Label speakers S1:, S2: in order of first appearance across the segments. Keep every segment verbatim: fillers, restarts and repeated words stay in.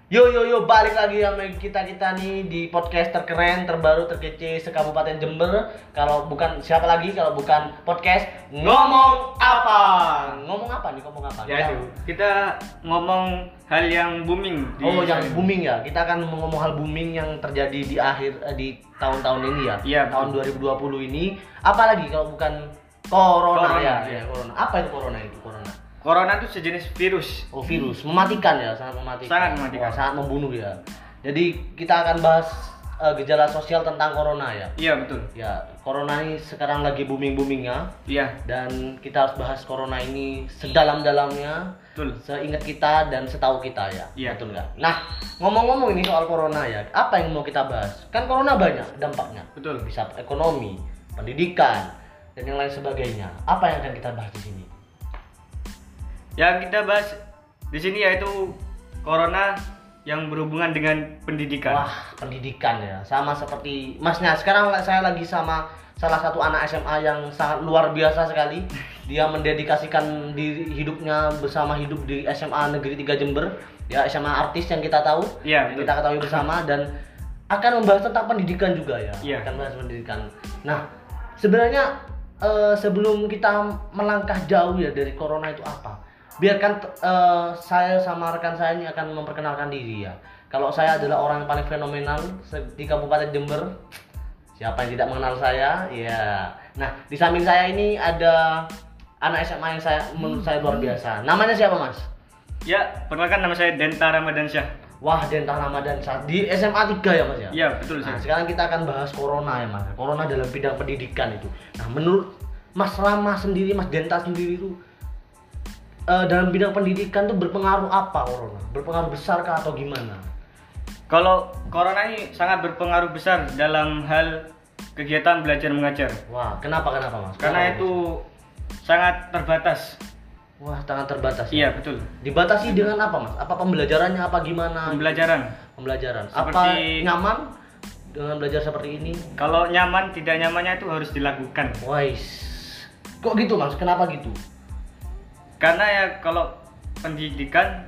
S1: Yo yo yo, balik lagi sama kita kita nih di podcast terkeren, terbaru, terkece sekabupaten Jember. Kalau bukan siapa lagi kalau bukan podcast ngomong apa? Ngomong apa nih? Ngomong apa?
S2: Ya itu kita ngomong hal yang booming. Di
S1: oh yang booming ya. Kita akan ngomong hal booming yang terjadi di akhir eh, di tahun-tahun ini ya.
S2: Iya,
S1: tahun dua ribu dua puluh ini. Apalagi kalau bukan corona,
S2: corona
S1: ya.
S2: ya.
S1: ya corona. Apa itu corona itu corona?
S2: Corona itu sejenis virus.
S1: Oh virus, mematikan ya, sangat mematikan.
S2: Sangat mematikan.
S1: Wah, sangat membunuh ya. Jadi kita akan bahas uh, gejala sosial tentang corona ya.
S2: Iya betul.
S1: Ya, corona ini sekarang lagi booming boomingnya.
S2: Iya.
S1: Dan kita harus bahas corona ini sedalam-dalamnya.
S2: Betul.
S1: Seingat kita dan setahu kita ya.
S2: Iya.
S1: Betul nggak? Nah, ngomong-ngomong ini soal corona ya, apa yang mau kita bahas? Kan corona banyak dampaknya.
S2: Betul.
S1: Bisa ekonomi, pendidikan, dan yang lain sebagainya. Apa yang akan kita bahas di sini?
S2: Yang kita bahas di sini yaitu corona yang berhubungan dengan pendidikan.
S1: Wah, pendidikan ya. Sama seperti Masnya. Sekarang saya lagi sama salah satu anak S M A yang sangat luar biasa sekali. Dia mendedikasikan diri hidupnya bersama hidup di S M A Negeri tiga Jember. Ya, S M A artis yang kita tahu.
S2: Iya,
S1: yang kita ketahui bersama dan akan membahas tentang pendidikan juga ya.
S2: Iya.
S1: Akan membahas pendidikan. Nah, sebenarnya eh, sebelum kita melangkah jauh ya dari corona itu apa? Biarkan uh, saya sama rekan saya ini akan memperkenalkan diri ya. Kalau saya adalah orang yang paling fenomenal di Kabupaten Jember. Siapa yang tidak mengenal saya? Ya. Nah, di samping saya ini ada anak S M A yang saya menurut saya luar biasa. Namanya siapa, Mas?
S2: Ya, perkenalkan nama saya Denta Ramadansyah.
S1: Wah, Denta Ramadan Syah. Di S M A tiga ya, Mas ya?
S2: Iya, betul sih.
S1: Nah, sekarang kita akan bahas corona ya, Mas. Corona dalam bidang pendidikan itu. Nah, menurut Mas Rama sendiri, Mas Denta sendiri itu Uh, dalam bidang pendidikan tuh berpengaruh apa corona? Berpengaruh besar kah atau gimana?
S2: Kalau corona ini sangat berpengaruh besar dalam hal kegiatan belajar mengajar.
S1: Wah, kenapa kenapa Mas?
S2: Karena
S1: kenapa,
S2: itu mas? Sangat terbatas.
S1: Wah, sangat terbatas.
S2: Iya,
S1: ya?
S2: betul.
S1: Dibatasi dengan apa, Mas? Apa pembelajarannya apa gimana?
S2: Pembelajaran.
S1: Pembelajaran.
S2: Seperti...
S1: Apa nyaman dengan belajar seperti ini?
S2: Kalau nyaman, tidak nyamannya itu harus dilakukan.
S1: Wais. Kok gitu, Mas? Kenapa gitu?
S2: Karena ya kalau pendidikan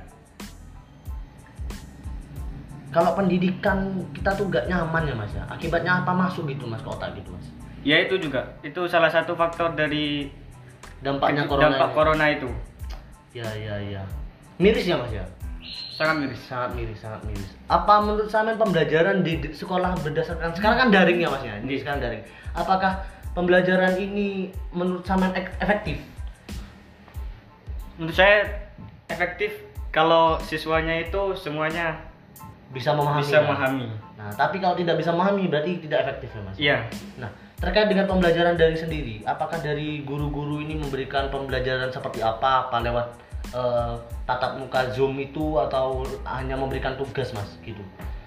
S1: kalau pendidikan kita tuh gak nyaman ya Mas ya. Akibatnya apa masuk gitu Mas ke otak gitu Mas?
S2: Ya itu juga. Itu salah satu faktor dari
S1: dampaknya corona.
S2: Dampak
S1: ini.
S2: corona itu.
S1: Ya ya ya. Miris ya Mas ya?
S2: Sangat miris.
S1: Sangat miris, sangat miris. Apa menurut sampean pembelajaran di sekolah berdasarkan sekarang kan daring ya Mas ya? Ini sekarang daring. Apakah pembelajaran ini menurut sampean efektif?
S2: Menurut saya efektif kalau siswanya itu semuanya
S1: bisa memahami.
S2: Bisa
S1: kan?
S2: memahami.
S1: Nah, tapi kalau tidak bisa memahami berarti tidak efektif ya Mas.
S2: Iya.
S1: Nah, terkait dengan pembelajaran daring sendiri, apakah dari guru-guru ini memberikan pembelajaran seperti apa? Apa lewat uh, tatap muka Zoom itu atau hanya memberikan tugas Mas gitu?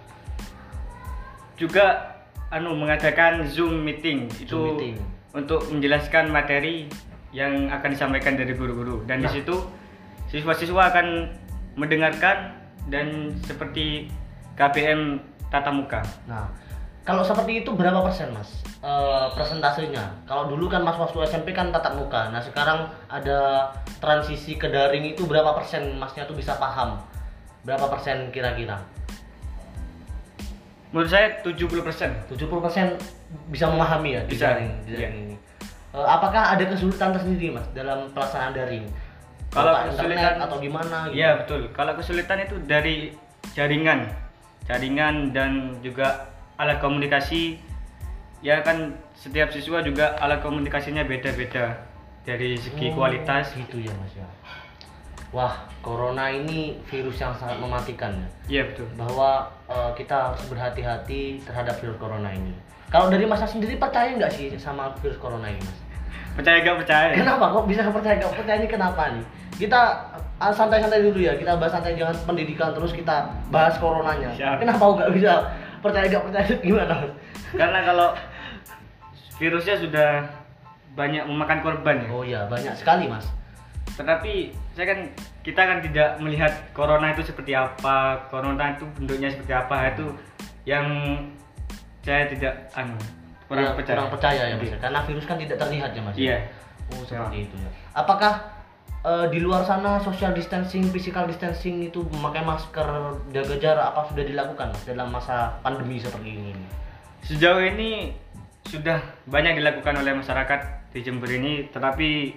S2: Juga anu mengadakan Zoom meeting itu
S1: Zoom meeting.
S2: Untuk menjelaskan materi yang akan disampaikan dari guru-guru dan nah. Di situ siswa-siswa akan mendengarkan dan seperti K B M tatap muka.
S1: Nah, kalau seperti itu berapa persen Mas e, presentasenya? Kalau dulu kan Mas waktu S M P kan tatap muka. Nah, sekarang ada transisi ke daring itu berapa persen Masnya tuh bisa paham? Berapa persen kira-kira?
S2: Menurut saya tujuh puluh persen.
S1: tujuh puluh persen bisa memahami ya di
S2: bisa.
S1: daring, di daring
S2: Iya.
S1: ini. Apakah ada kesulitan tersendiri Mas dalam pelaksanaan daring?
S2: Kalau
S1: Bapak
S2: kesulitan
S1: atau gimana gitu?
S2: Iya, betul. Kalau kesulitan itu dari jaringan. Jaringan dan juga alat komunikasi. Ya kan setiap siswa juga alat komunikasinya beda-beda dari segi
S1: oh,
S2: kualitas
S1: gitu ya Mas ya. Wah, corona ini virus yang sangat mematikan ya.
S2: Iya, betul.
S1: Bahwa uh, kita harus berhati-hati terhadap virus corona ini. Kalau dari Mas sendiri percaya nggak sih sama virus corona ini Mas?
S2: Percaya gak percaya?
S1: Kenapa kok bisa percaya gak percaya ini kenapa nih? Kita uh, santai-santai dulu ya, kita bahas santai jangan pendidikan terus kita bahas coronanya.
S2: Siap.
S1: Kenapa nggak bisa percaya gak percaya gimana?
S2: Karena kalau virusnya sudah banyak memakan korban ya.
S1: Oh iya, banyak sekali Mas.
S2: Tetapi saya kan kita kan tidak melihat corona itu seperti apa, corona itu bentuknya seperti apa, itu yang saya tidak anu kurang
S1: ya,
S2: percaya.
S1: Kurang percaya ya Mas. Karena virus kan tidak terlihat ya Mas.
S2: Iya.
S1: Oh seperti itu ya. Apakah eh, di luar sana social distancing, physical distancing itu memakai masker, jaga jarak apa sudah dilakukan Mas dalam masa pandemi seperti ini?
S2: Sejauh ini sudah banyak dilakukan oleh masyarakat di Jember ini, tetapi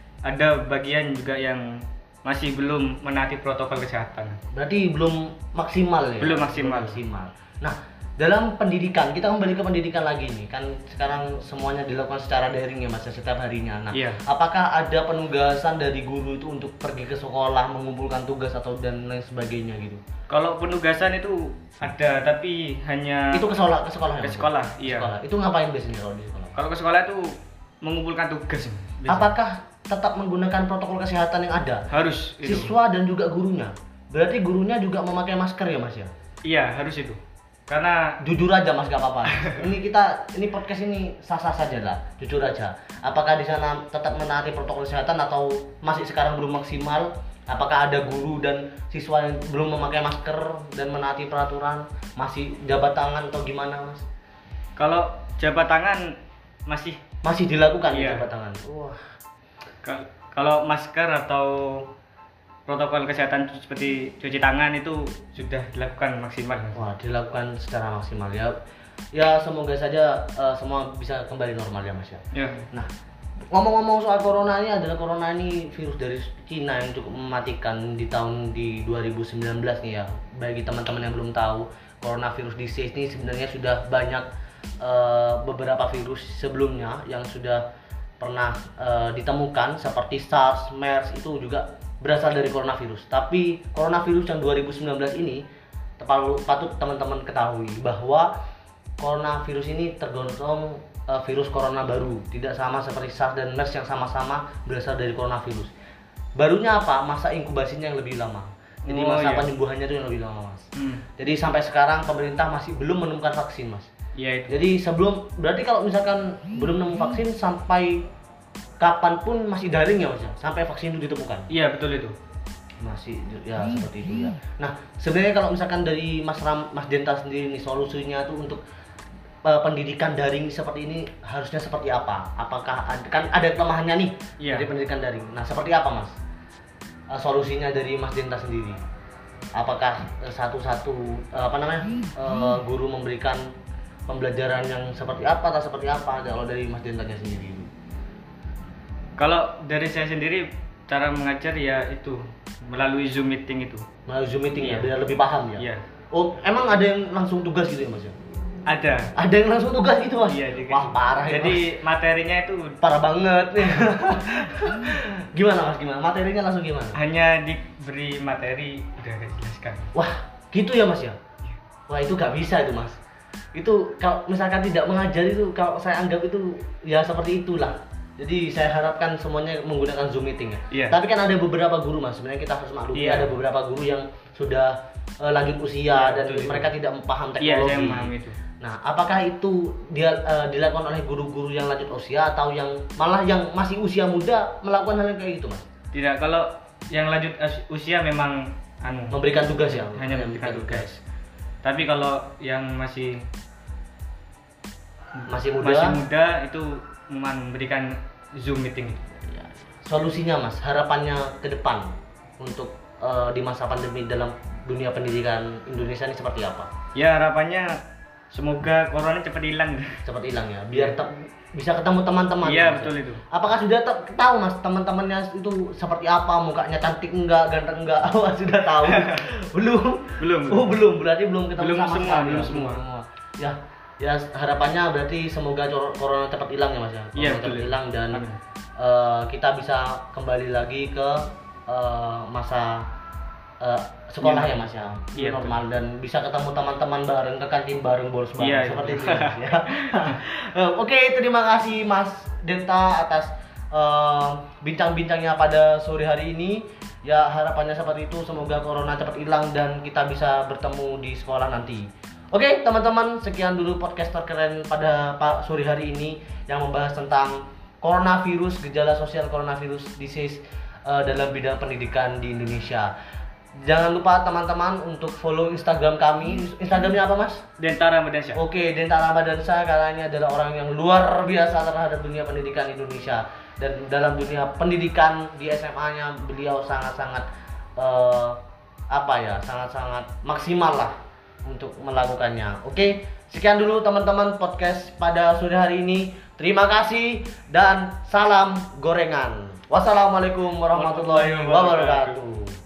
S2: ada bagian juga yang masih belum menaati protokol kesehatan.
S1: Berarti belum maksimal ya?
S2: Belum maksimal.
S1: Belum maksimal. Nah, dalam pendidikan, kita kembali ke pendidikan lagi nih. Kan sekarang semuanya dilakukan secara daring ya Mas, setiap harinya. Nah,
S2: Iya.
S1: apakah ada penugasan dari guru itu untuk pergi ke sekolah, mengumpulkan tugas atau dan lain sebagainya gitu?
S2: Kalau penugasan itu ada, tapi hanya
S1: Itu ke sekolah, ke sekolah ya?
S2: ke
S1: Mas?
S2: sekolah,
S1: Ke
S2: iya.
S1: sekolah. Itu ngapain biasanya kalau di sekolah?
S2: Kalau ke sekolah itu mengumpulkan tugas. biasanya.
S1: Apakah tetap menggunakan protokol kesehatan yang ada?
S2: Harus itu.
S1: Siswa dan juga gurunya. Berarti gurunya juga memakai masker ya Mas ya?
S2: Iya, harus itu. Karena
S1: Jujur aja Mas, gak apa-apa. Ini kita, ini podcast ini sah-sah saja lah, jujur aja. Apakah di sana tetap menaati protokol kesehatan atau masih sekarang belum maksimal? Apakah ada guru dan siswa yang belum memakai masker dan menaati peraturan? Masih jabat tangan atau gimana Mas?
S2: kalau jabat tangan masih
S1: Masih dilakukan ya
S2: Iya.
S1: jabat tangan? Wah.
S2: Ka- kalau masker atau protokol kesehatan seperti cuci tangan itu sudah dilakukan maksimal.
S1: Wah, dilakukan secara maksimal ya. Ya semoga saja eh, semua bisa kembali normal ya Mas ya.
S2: Ya.
S1: Nah, ngomong-ngomong soal corona ini, adalah corona ini virus dari Cina yang cukup mematikan di tahun di dua ribu sembilan belas nih ya. Bagi teman-teman yang belum tahu, coronavirus disease ini sebenarnya sudah banyak eh, beberapa virus sebelumnya yang sudah pernah eh, ditemukan seperti SARS, MERS itu juga berasal dari coronavirus. Tapi coronavirus yang dua ribu sembilan belas ini tepat- patut teman-teman ketahui bahwa coronavirus ini tergolong uh, virus corona baru, tidak sama seperti SARS dan MERS yang sama-sama berasal dari coronavirus. Barunya apa? Masa inkubasinya yang lebih lama. Jadi
S2: Oh,
S1: masa
S2: iya.
S1: penyembuhannya itu yang lebih lama, Mas.
S2: Hmm.
S1: Jadi sampai sekarang pemerintah masih belum menemukan vaksin, Mas.
S2: Ya itu.
S1: Jadi sebelum, berarti kalau misalkan belum nemu vaksin sampai kapanpun masih daring ya Mas ya? Sampai vaksin itu ditemukan.
S2: Iya betul itu.
S1: Masih ya seperti itu ya. Nah, sebenarnya kalau misalkan dari Mas Ram, Mas Denta sendiri nih solusinya tuh untuk uh, pendidikan daring seperti ini harusnya seperti apa? Apakah ada, kan ada kelemahannya nih
S2: Iya.
S1: dari pendidikan daring. Nah, seperti apa Mas? Uh, solusinya dari Mas Denta sendiri? Apakah uh, satu-satu uh, apa namanya uh, guru memberikan pembelajaran yang seperti apa atau seperti apa? Kalau dari Mas Dentanya sendiri?
S2: Kalau dari saya sendiri cara mengajar ya itu melalui Zoom meeting itu.
S1: Melalui Zoom meeting ya,
S2: Iya.
S1: biar lebih paham ya.
S2: Iya.
S1: Oh, emang ada yang langsung tugas gitu ya Mas ya?
S2: Ada.
S1: Ada yang langsung tugas gitu Mas?
S2: Iya, dikasih.
S1: Wah parah ya,
S2: Jadi
S1: Mas.
S2: materinya itu
S1: Parah banget nih. Gimana Mas, gimana? Materinya langsung gimana?
S2: hanya diberi materi udah dijelaskan.
S1: Wah gitu ya Mas ya? Wah itu gak bisa itu Mas. Itu kalau misalkan tidak mengajar itu, kalau saya anggap itu ya seperti itulah. Jadi saya harapkan semuanya menggunakan Zoom meeting ya.
S2: Iya.
S1: Tapi kan ada beberapa guru Mas, sebenarnya kita harus maklumi
S2: Iya.
S1: ada beberapa guru yang sudah eh, lanjut usia
S2: Iya,
S1: dan
S2: betul itu.
S1: mereka tidak paham
S2: Iya,
S1: teknologi.
S2: saya memahami itu.
S1: Nah, apakah itu dia eh, dilakukan oleh guru-guru yang lanjut usia atau yang malah yang masih usia muda melakukan hal yang kayak gitu, Mas?
S2: Tidak, kalau yang lanjut us- usia memang anu
S1: Memberikan tugas ya?
S2: hanya memberikan tugas. Tapi kalau yang masih
S1: Masih muda?
S2: masih muda itu memberikan Zoom meeting.
S1: Ya. Solusinya, Mas, harapannya ke depan untuk eh, di masa pandemi dalam dunia pendidikan Indonesia ini seperti apa?
S2: Ya harapannya semoga corona cepat hilang.
S1: Cepat hilang ya, biar te- bisa ketemu teman-teman.
S2: Iya
S1: Mas.
S2: betul itu.
S1: Apakah sudah te- tahu Mas teman-temannya itu seperti apa, mukanya cantik enggak, ganteng enggak? Wah, sudah tahu. belum.
S2: Belum.
S1: Oh, belum. Berarti belum ketemu
S2: Belum
S1: sama
S2: semua,
S1: sekali
S2: belum
S1: ya?
S2: semua.
S1: Ya, ya harapannya berarti semoga cor- corona cepat hilang ya Mas ya. Corona
S2: Iya,
S1: cepat
S2: betul.
S1: hilang dan
S2: Amin.
S1: eh, kita bisa kembali lagi ke eh, masa eh, sekolah
S2: Iya.
S1: ya Mas ya.
S2: Iya,
S1: Normal dan bisa ketemu teman-teman bareng, ke kantin bareng, bolos bareng
S2: Iya,
S1: seperti
S2: iya.
S1: itu ya, Mas, ya. Eh, Oke, terima kasih Mas Denta atas eh, bincang-bincangnya pada sore hari ini. Ya harapannya seperti itu, semoga corona cepat hilang dan kita bisa bertemu di sekolah nanti. Oke teman-teman, sekian dulu podcast terkeren pada Pak sore hari ini yang membahas tentang coronavirus, gejala sosial coronavirus disease eh, dalam bidang pendidikan di Indonesia. Jangan lupa teman-teman untuk follow Instagram kami. Instagramnya apa Mas?
S2: Denta Ramadansyah.
S1: Oke, Denta Ramadansyah karena ini adalah orang yang luar biasa terhadap dunia pendidikan Indonesia. dan dalam dunia pendidikan di S M A-nya beliau sangat-sangat eh, apa ya, sangat-sangat maksimal lah untuk melakukannya. Oke, sekian dulu teman-teman podcast pada sore hari ini. Terima kasih dan salam gorengan. Wassalamualaikum warahmatullahi wabarakatuh.